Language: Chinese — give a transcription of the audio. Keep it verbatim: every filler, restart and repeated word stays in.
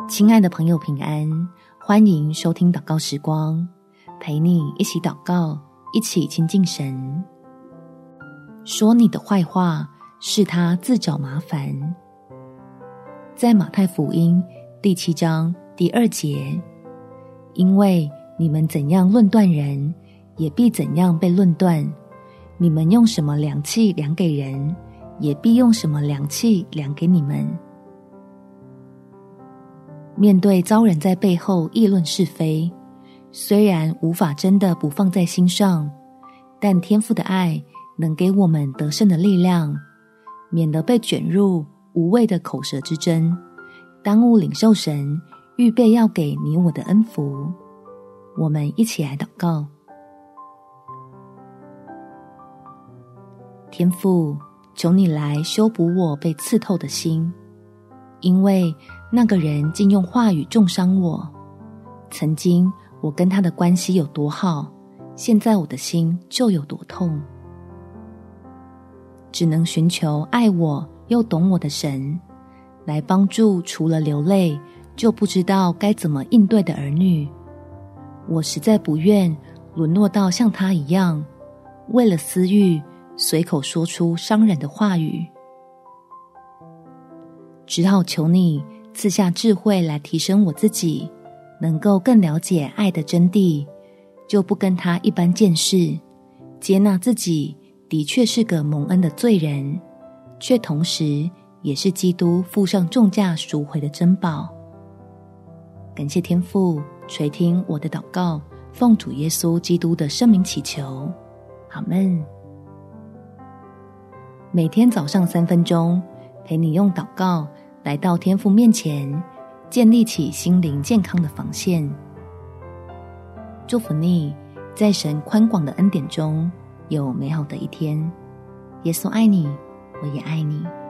亲爱的朋友平安，欢迎收听祷告时光，陪你一起祷告，一起亲近神。说你的坏话，是他自找麻烦。在马太福音第七章第二节，因为你们怎样论断人，也必怎样被论断；你们用什么量器量给人，也必用什么量器量给你们。面对遭人在背后议论是非，虽然无法真的不放在心上，但天父的爱能给我们得胜的力量，免得被卷入无谓的口舌之争，耽误领受神预备要给你我的恩福。我们一起来祷告。天父，求你来修补我被刺透的心，因为那个人竟用话语重伤我。曾经我跟他的关系有多好，现在我的心就有多痛。只能寻求爱我又懂我的神，来帮助除了流泪就不知道该怎么应对的儿女。我实在不愿沦落到像他一样，为了私欲随口说出伤人的话语。只好求你赐下智慧来提升我自己，能够更了解爱的真谛，就不跟他一般见识，接纳自己的确是个蒙恩的罪人，却同时也是基督付上重价赎回的珍宝。感谢天父垂听我的祷告，奉主耶稣基督的圣名祈求，阿们。每天早上三分钟，陪你用祷告来到天父面前，建立起心灵健康的防线。祝福你在神宽广的恩典中有美好的一天。耶稣爱你，我也爱你。